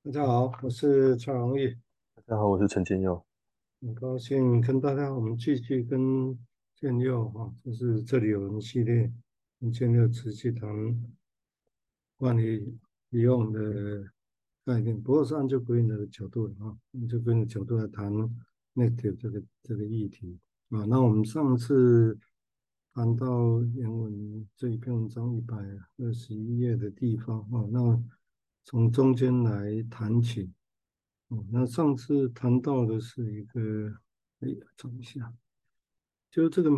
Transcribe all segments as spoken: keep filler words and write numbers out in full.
大家好，我是蔡荣义， 大家好，我是陈建佑。 很高兴跟大家我们继续跟建佑哈，就是这里有人系列，跟建佑持续谈关于利用的概念，不过是按照 Green 的角度的哈，按照 Green 的角度来谈 negative 这个这个议题啊。那我们上次谈到原文这一篇文章一百二十一页的地方啊，那从中间来谈起。哦，那上次谈到的是一个，哎，找一下，就这个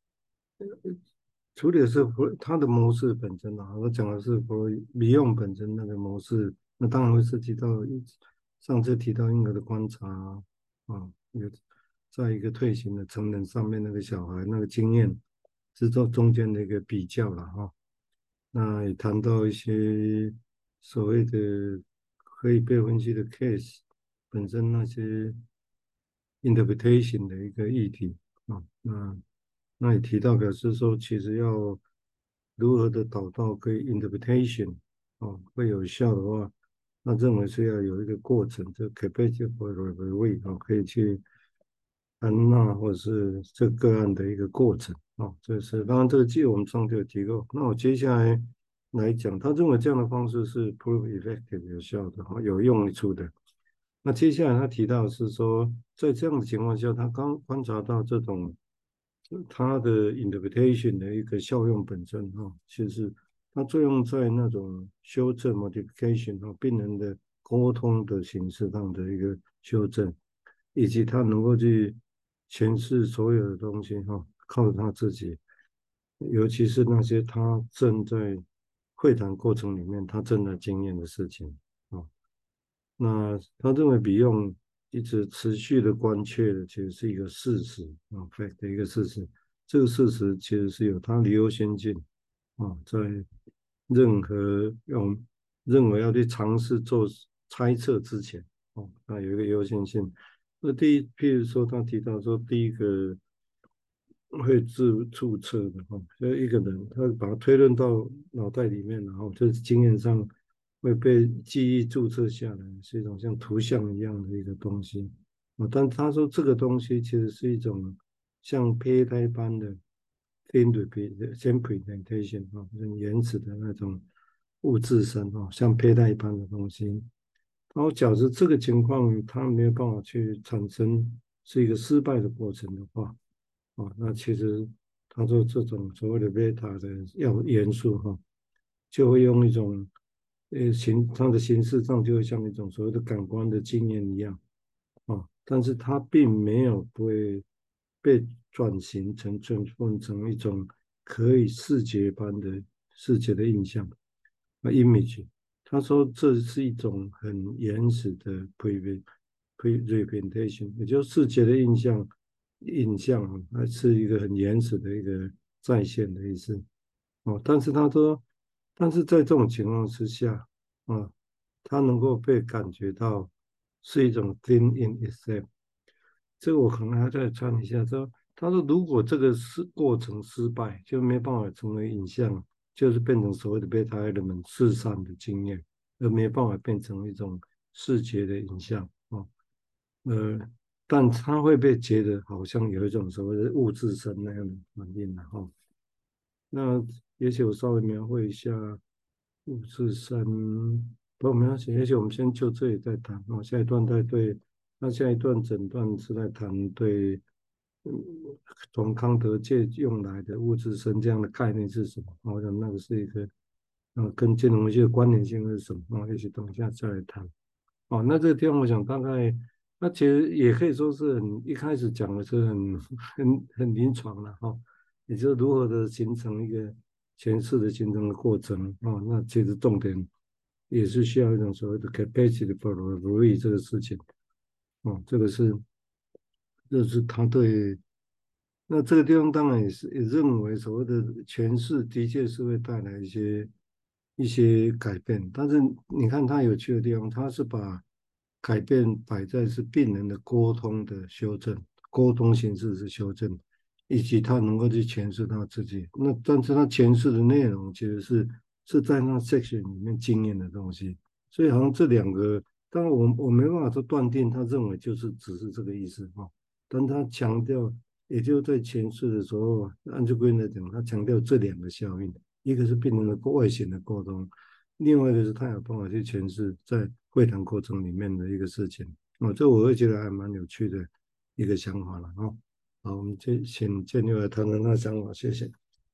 处理的是弗它的模式本身啊，我讲的是弗利用本身那个模式，那当然会涉及到一上次提到婴儿的观察啊，有在一个退行的成人上面那个小孩那个经验制造中间的一个比较了哈。那也谈到一些所谓的可以被分析的 case 本身那些 interpretation 的一个议题啊，那那也提到表示说，其实要如何的导到可以 interpretation 啊会有效的话，那认为是要有一个过程，这 capacity for review 啊，可以去安纳或者是这个案的一个过程啊，这是当然这个记录我们上次有提过。那我接下来来讲，他认为这样的方式是 prove effective 有效的哈，有用处的。那接下来他提到是说，在这样的情况下，他刚观察到这种他的 interpretation 的一个效用本身哈，其实它作用在那种修正 modification 哈，病人的沟通的形式上的一个修正，以及他能够去诠释所有的东西哈，靠他自己，尤其是那些他正在会谈过程里面他正在经验的事情啊。那他认为比用一直持续的关切的，其实是一个事实啊，fact 的一个事实。这个事实其实是有它离优先进啊，在任何用认为要去尝试做猜测之前，哦，那有一个优先性。那第一，譬如说他提到说，第一个会自注册的哈，就一个人他把它推论到脑袋里面，然后就是经验上会被记忆注册下来，是一种像图像一样的一个东西啊。但他说这个东西其实是一种像胚胎般的 thin representation 啊，很原始的那种物质身啊，像胚胎一般的东西。然后假设这个情况它没有办法去产生是一个失败的过程的话，啊，那其实他说这种所谓的贝塔的要元素哈，就会用一种呃形它的形式上就会像一种所谓的感官的经验一样啊，但是它并没有被被转型成转换成一种可以视觉般的视觉的印象啊 image。他说这是一种很原始的 pre presentation，也就是视觉的印象印象啊，它是一个很原始的一个再现的意思哦。但是他说，但是在这种情况之下啊，它能够被感觉到是一种 thing in itself。这个我可能还要再穿一下。说他说，如果这个是过程失败，就没办法成为影像，就是变成所谓的贝塔 element 视散的经验，而没办法变成一种视觉的影像哦。呃，但它会被觉得好像有一种所谓的物质身那样的反应然后，那也许我稍微描绘一下物质身，不，没关系，也许我们先就这里再谈哦。下一段再对，那下一段整段是在谈对，嗯，从康德借用来的物质身这样的概念是什么？我想那个是一个，呃，跟金融学的关联性是什么？哦，也许等一下再来谈。哦，那这个地方我想大概，那其实也可以说是很一开始讲的是很很很临床了哈、哦，也就是如何的形成一个诠释的形成的过程哦，那其实重点也是需要一种所谓的 capacity for review 这个事情哦，这个是这是他对那这个地方当然也是也认为所谓的诠释的确是会带来一些一些改变，但是你看他有趣的地方，他是把改变摆在是病人的沟通的修正，沟通形式是修正，以及他能够去诠释他自己。那但是他诠释的内容其实是是在那 section 里面经验的东西，所以好像这两个当然我我没办法说断定他认为就是只是这个意思哈，但他强调，也就在前述的时候，按照规律来讲，他强调这两个效应，一个是病人的外显的沟通，另外一个是他有办法去诠释在会谈过程里面的一个事情。哦，这我会觉得还蛮有趣的一个想法了哈。好，我们就请建佑来谈谈他的想法，谢谢。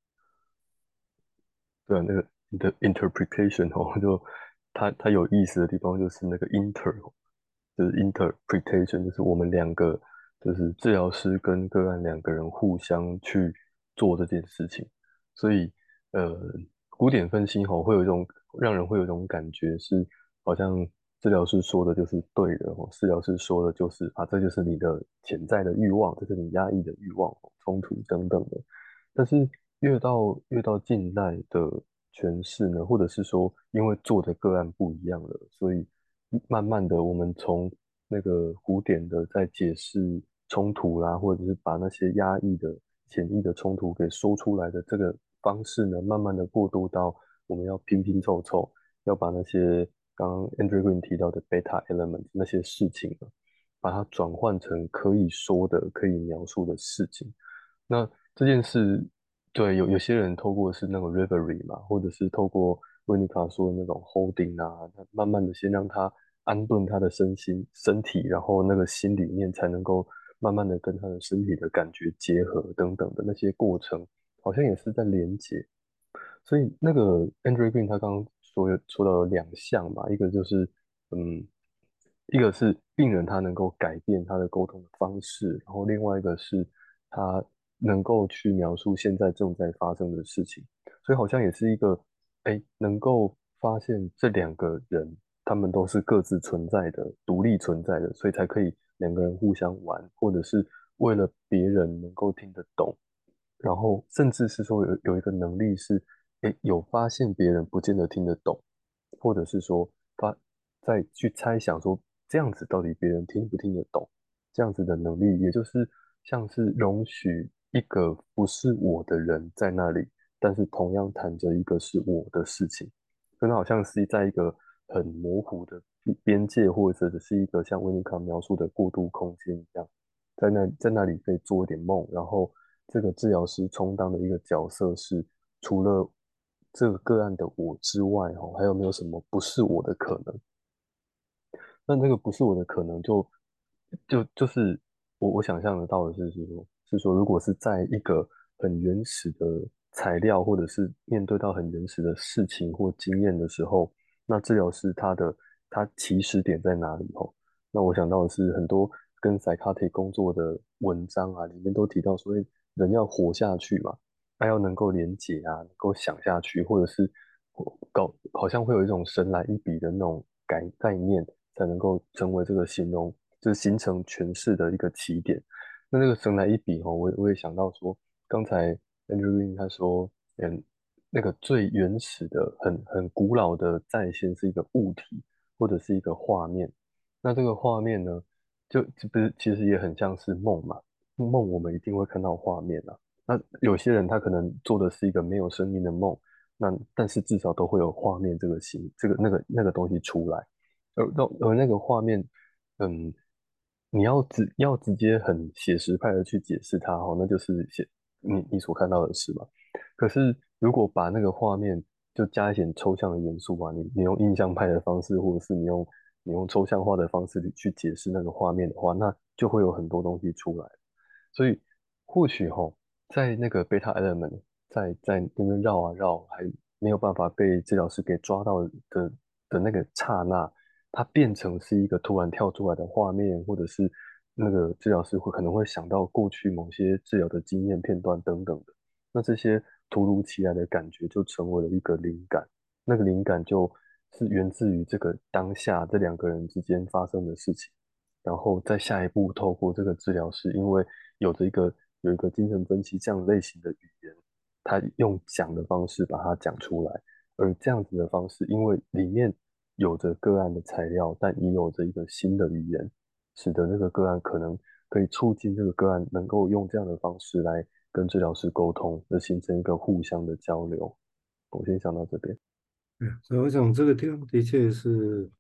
对啊，那个你的 interpretation 哦，就它它有意思的地方就是那个 inter，就是 interpretation，就是我们两个就是治疗师跟个案两个人互相去做这件事情，所以呃，古典分析吼会有一种让人会有一种感觉是好像治疗师说的就是对的哦，治疗师说的就是啊，这就是你的潜在的欲望，这是你压抑的欲望、冲突等等的。但是越到越到近代的诠释呢，或者是说，因为做的个案不一样了，所以慢慢的，我们从那个古典的在解释冲突啦，或者是把那些压抑的、潜意的冲突给说出来的这个方式呢，慢慢的过渡到我们要拼拼凑凑，要把那些刚刚 Andrew Green 提到的 beta element 那些事情呢，把它转换成可以说的、可以描述的事情。那这件事，对，有有些人透过是那种 reverie 嘛，或者是透过维尼卡说的那种 holding 啊，那慢慢的先让他安顿他的身心身体，然后那个心里面才能够慢慢的跟他的身体的感觉结合等等的那些过程，好像也是在连接。所以那个 Andrew Green 他刚刚说有说到有两项嘛，一个就是嗯，一个是病人他能够改变他的沟通的方式，然后另外一个是他能够去描述现在正在发生的事情，所以好像也是一个哎，能够发现这两个人他们都是各自存在的、独立存在的，所以才可以两个人互相玩，或者是为了别人能够听得懂。然后甚至是说有有一个能力是，诶，有发现别人不见得听得懂，或者是说发再去猜想说这样子到底别人听不听得懂，这样子的能力，也就是像是容许一个不是我的人在那里，但是同样谈着一个是我的事情，真的好像是在一个很模糊的边边界，或者是一个像维尼卡描述的过渡空间一样。在那在那里可以做一点梦，然后这个治疗师充当的一个角色是，除了这个个案的我之外，哦，还有没有什么不是我的可能？那那个不是我的可能就就就是我我想象得到的是是说是说，如果是在一个很原始的材料，或者是面对到很原始的事情或经验的时候，那治疗师他的他起始点在哪里？哦，那我想到的是很多跟 psychiatric 工作的文章啊，里面都提到说，诶人要活下去嘛，他要能够连结啊，能够想下去，或者是搞，好像会有一种神来一笔的那种概概念，才能够成为这个形容，就是形成诠释的一个起点。那那个神来一笔哦，我也我也想到说，刚才 Andrew Green 他说，嗯，那个最原始的、很很古老的再现是一个物体或者是一个画面。那这个画面呢，就就不是其实也很像是梦嘛，梦我们一定会看到画面啊。那有些人他可能做的是一个没有声音的梦，那但是至少都会有画面这个形，这个那个那个东西出来，而而而那个画面，嗯，你要直要直接很写实派的去解释它哦，那就是写你你所看到的事嘛。可是如果把那个画面就加一点抽象的元素啊，你你用印象派的方式，或者是你用你用抽象化的方式去解释那个画面的话，那就会有很多东西出来。所以或许哈，在那个 beta element 在在那边绕啊绕，还没有办法被治疗师给抓到的的那个刹那，它变成是一个突然跳出来的画面，或者是那个治疗师会可能会想到过去某些治疗的经验片段等等的，那这些突如其来的感觉就成为了一个灵感，那个灵感就是源自于这个当下这两个人之间发生的事情。然后在下一步透过这个治疗师，因为有着一个有一个精神分析这样类型的语言，他用讲的方式把它讲出来，而这样子的方式，因为里面有着个案的材料，但也有着一个新的语言，使得这个个案可能可以促进这个个案能够用这样的方式来跟治疗师沟通，而形成一个互相的交流。我先想到这边。 嗯，所以我想这个地方的确是。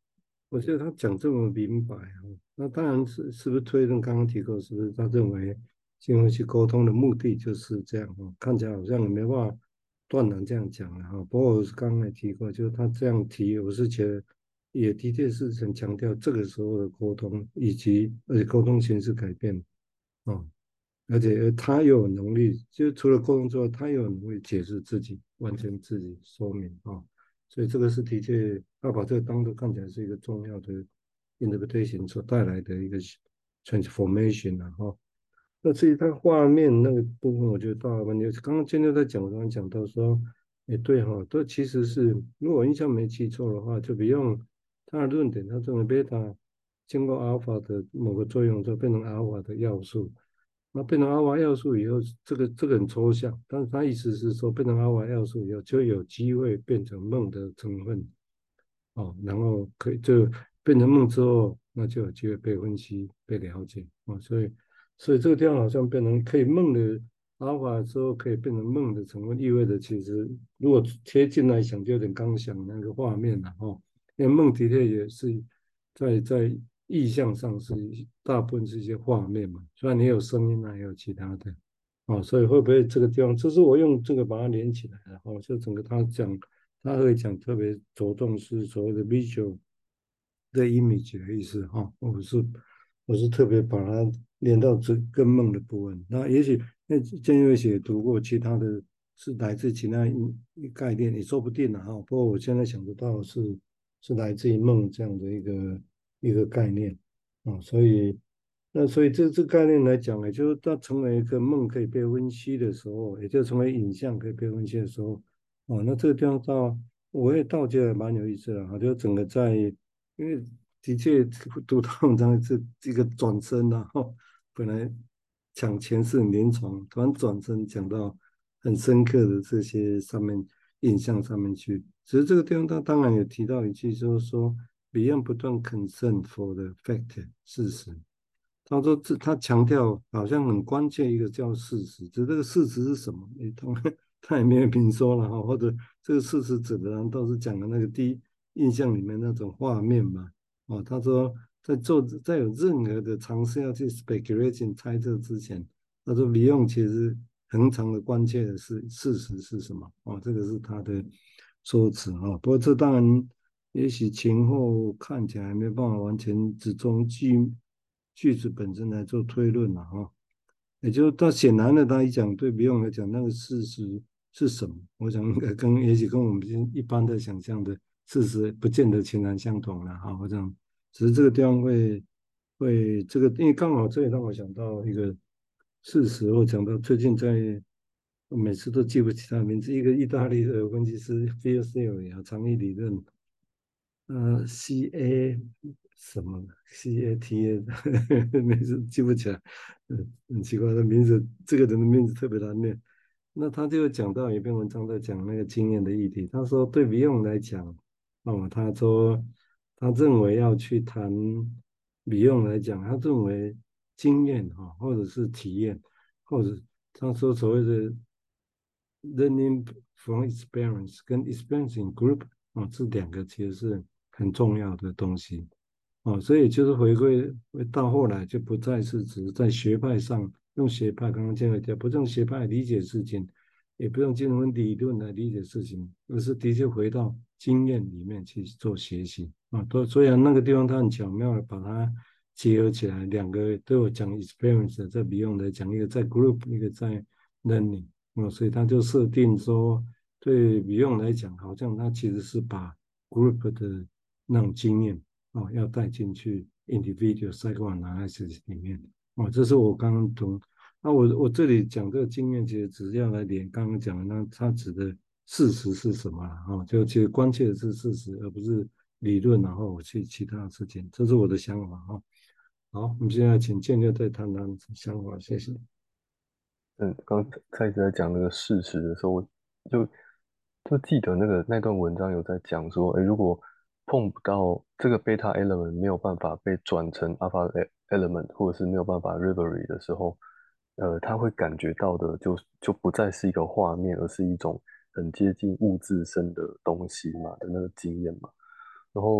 我觉得他讲这么明白啊，那当然是是不是推论刚刚提过，是不是他认为新闻去沟通的目的就是这样啊？看起来好像也没办法断然这样讲了哈。不过我是刚刚也提过，就是他这样提，我是觉得也的确是很强调这个时候的沟通，以及而且沟通形式改变啊。而且呃他又有能力，就除了沟通之外，他又有能力解释自己，完全自己说明啊。所以这个是的确，要把这个当做看起来是一个重要的 interpretation 所带来的一个 transformation 啊哈。那至于它画面那个部分，我觉得大问题，刚刚今天在讲，刚刚讲到说，也对哈，这其实是如果我印象没记错的话，就不用他的论点，他认为贝塔经过阿尔法的某个作用之后变成阿尔法的要素，那变成阿尔法要素以后，这个这个很抽象，但是他意思是说，变成阿尔法要素以后，就有机会变成梦的成分，哦，然后可以就变成梦之后，那就有机会被分析、被了解啊、哦，所以所以这个地方好像变成可以梦的阿尔法之后可以变成梦的成分，意味着其实如果贴近来想，就有点刚想那个画面了哦，因为梦的确也是在在意象上是大部分是一些画面嘛，虽然你有声音啊，也有其他的。哦，所以会不会这个地方，这是我用这个把它连起来的哦，就整个他讲，他会讲特别着重是所谓的 visual 的 image 的意思哈、哦，我是我是特别把它连到这跟梦的部分。那也许那建岳写读过其他的，是来自其他一概念，也说不定了哈、哦。不过我现在想不到是是来自于梦这样的一个一个概念啊、哦，所以。那所以这这概念来讲，也就是它成为一个梦可以被分析的时候，也就成为影像可以被分析的时候，哦，那这个地方到我也倒觉得蛮有意思的啊，就整个在，因为的确读到文章是这个转身然后本来讲前世很临床，突然转身讲到很深刻的这些上面印象上面去，只是这个地方他当然有提到一句，就是说 Beyond 不断 concern for the fact 事实。他说这他强调好像很关键一个叫事实，只是这个事实是什么？诶，他他也没有明说了哈，或者这个事实指的难道是讲的那个第一印象里面那种画面嘛？哦，他说在做在有任何的尝试要去 speculation 猜测之前，他说 Beyond 其实恒常的关切的是事实是什么？哦，这个是他的说辞啊。不过这当然也许前后看起来没办法完全只从句句子本身来做推论了哈。也就他显然的，他一讲对比用来讲，那个事实是什么？我想跟也许跟我们一般的想象的事实不见得全然相同了哈。我想只是这个地方会会这个，因为刚好这也让我想到一个事实，我讲到最近在每次都记不起他的名字，一个意大利的分析师 Field Theory 啊，长义理论，呃，C A 什么 C A T A，每次记不起来，嗯，很奇怪的名字，这个人的名字特别难念。那他就讲到一篇文章在讲那个经验的议题，他说对比用来讲，哦，他说他认为要去谈比用来讲，他认为经验哈、哦，或者是体验，或者他说所谓的 learning from experience 跟 experience in group 啊、哦，这两个其实是很重要的东西哦，所以就是回归到后来就不再是只是在学派上用学派，刚刚建伟讲，不用学派理解事情，也不用金融理论来理解事情，而是的确回到经验里面去做学习啊。都虽然那个地方他很巧妙的把它结合起来，两个都有讲 experience，在不用来讲，一个在 group，一个在 learning。哦，所以他就设定说，对 Beyond 来讲，好像他其实是把 group 的那种经验哦，要带进去 individual psychoanalysis 里面。哦，这是我刚刚懂。那我我这里讲这个经验，其实只是要来连刚刚讲的那他指的事实是什么了哦，就其实关切的是事实，而不是理论，然后去其他的事情。这是我的想法哈、哦。好，我们现在请建六再谈谈想法，谢谢。 嗯，刚开始在讲那个事实的时候，我就就记得那个那段文章有在讲说，诶，如果碰不到这个 beta element 没有办法被转成 alpha e- element，或者是没有办法 rivalry 的时候，呃，他会感觉到的就就不再是一个画面，而是一种很接近物自身的东西嘛的那个经验嘛。然后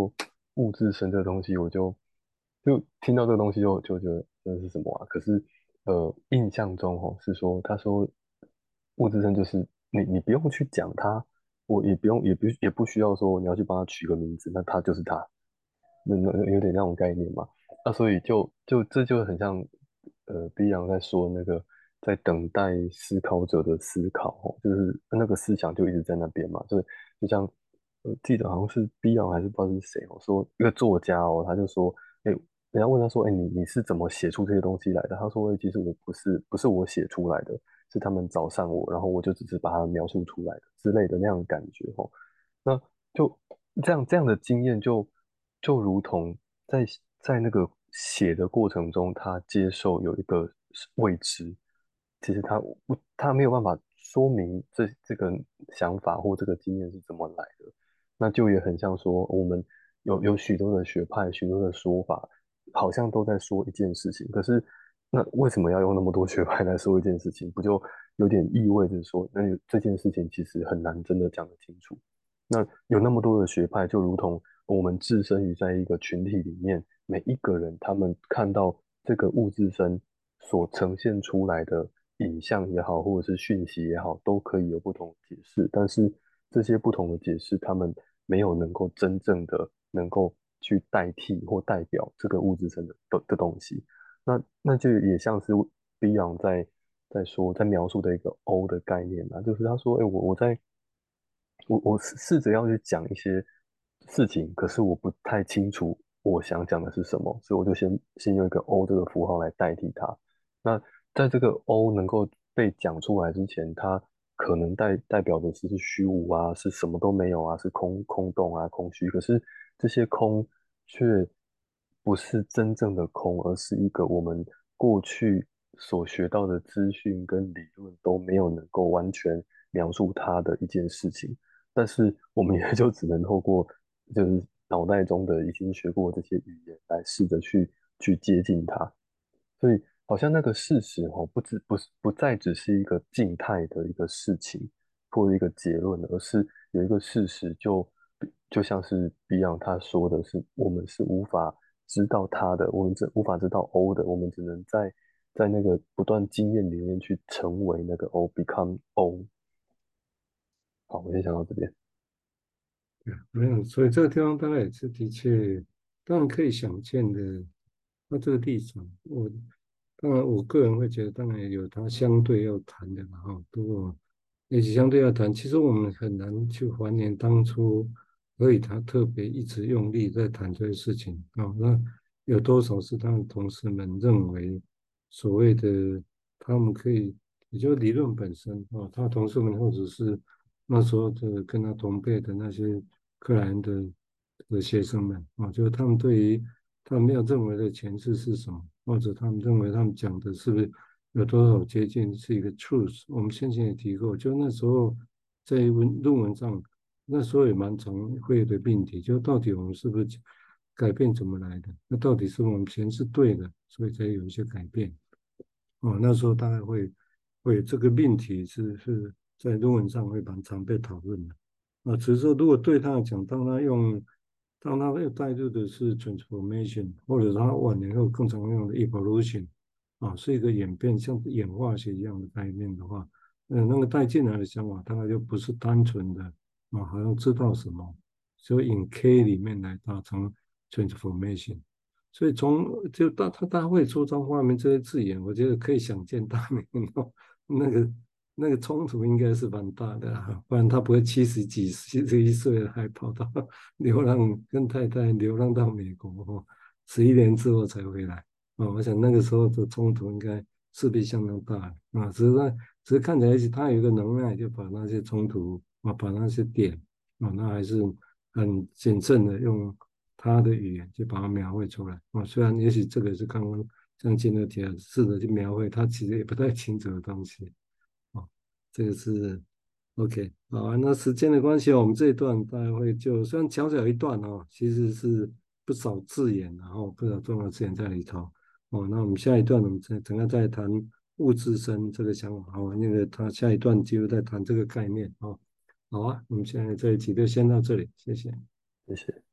物质生这个东西，我就就听到这个东西就就觉得这是什么啊？可是呃，印象中哦是说，他说物质生就是你你不用去讲它，我也不用也不也不需要说你要去帮他取个名字，那他就是他，那那有点那种概念嘛。那所以就就这就很像呃，B 阳在说那个在等待思考者的思考哦，就是那个思想就一直在那边嘛，就是就像呃记得好像是 B 阳还是不知道是谁哦，说一个作家哦，他就说，哎，人家问他说，哎，你你是怎么写出这些东西来的？他说，哎，其实我不是不是我写出来的，是他们找上我，然后我就只是把它描述出来的之类的那样的感觉哦。那就这样这样的经验就就如同在在那个写的过程中，他接受有一个未知，其实他不他没有办法说明这这个想法或这个经验是怎么来的，那就也很像说我们有有许多的学派，许多的说法，好像都在说一件事情，可是那为什么要用那么多学派来说一件事情？不就有点意味着说，那这件事情其实很难真的讲得清楚。那有那么多的学派，就如同我们置身于在一个群体里面，每一个人他们看到这个物质身所呈现出来的影像也好，或者是讯息也好，都可以有不同的解释。但是这些不同的解释，他们没有能够真正的能够去代替或代表这个物质身的的的东西。那那就也像是 Beyond 在在说在描述的一个 O 的概念啊，就是他说，哎，我我在我我试试着要去讲一些事情，可是我不太清楚我想讲的是什么，所以我就先先用一个 O 这个符号来代替它。那在这个 O 能够被讲出来之前，它可能代代表的是是虚无啊，是什么都没有啊，是空空洞啊，空虚。可是这些空却不是真正的空，而是一个我们过去所学到的资讯跟理论都没有能够完全描述它的一件事情。但是我们也就只能透过就是脑袋中的已经学过这些语言来试着去去接近它。所以好像那个事实哦，不只不是不再只是一个静态的一个事情或者一个结论，而是有一个事实就就像是 Beyond 他说的是，我们是无法知道它的，我们只无法知道 O 的，我们只能在在那个不断经验里面去成为那个 O，become O。好，我先想到这边。 没有，所以这个地方大概也是的确，当然可以想见的。那这个立场，我当然我个人会觉得，当然有它相对要谈的嘛哈。不过，也许相对要谈，其实我们很难去还原当初，所以他特别一直用力在谈这些事情啊。那有多少是他的同事们认为所谓的他们可以，也就是理论本身啊，他同事们或者是那时候的跟他同辈的那些克兰的的学生们啊，就是他们对于他们要认为的前世是什么，或者他们认为他们讲的是不是有多少接近是一个 truth。我们先前也提过，就那时候在文论文上，那时候也蛮常会有的命题，就到底我们是不是改变怎么来的？那到底是我们前世对的，所以才有一些改变。哦，那时候大概会会这个命题是是在论文上会蛮常被讨论的。啊，只是说如果对他来讲，当他用当他要带入的是 transformation，或者他晚年后更常用的 evolution，啊，是一个演变，像演化学一样的概念的话，嗯，那个带进来的想法大概就不是单纯的啊，好像知道什么，所以 in K 里面来达成 transformation。所以从就大他大会出张画面这些字眼，我觉得可以想见当年哦，那个那个冲突应该是蛮大的啊，不然他不会七十几、七十一岁了还跑到流浪，跟太太流浪到美国哦，十一年之后才回来哦。我想那个时候的冲突应该势必相当大啊，只是他只是看起来他有一个能耐，就把那些冲突啊，把那些点啊，那还是很谨慎的用他的语言去把它描绘出来啊。虽然也许这个是刚刚像金乐提试着去描绘，他其实也不太清楚的东西啊。这个是 OK 好啊。那时间的关系，我们这一段大概会就虽然小小一段哦，其实是不少字眼，然后不少重要字眼在里头哦。那我们下一段我们再整个再谈物质生这个想法哦，因为他下一段就在谈这个概念哦。好啊，我们现在这一集就先到这里，谢谢。 谢谢。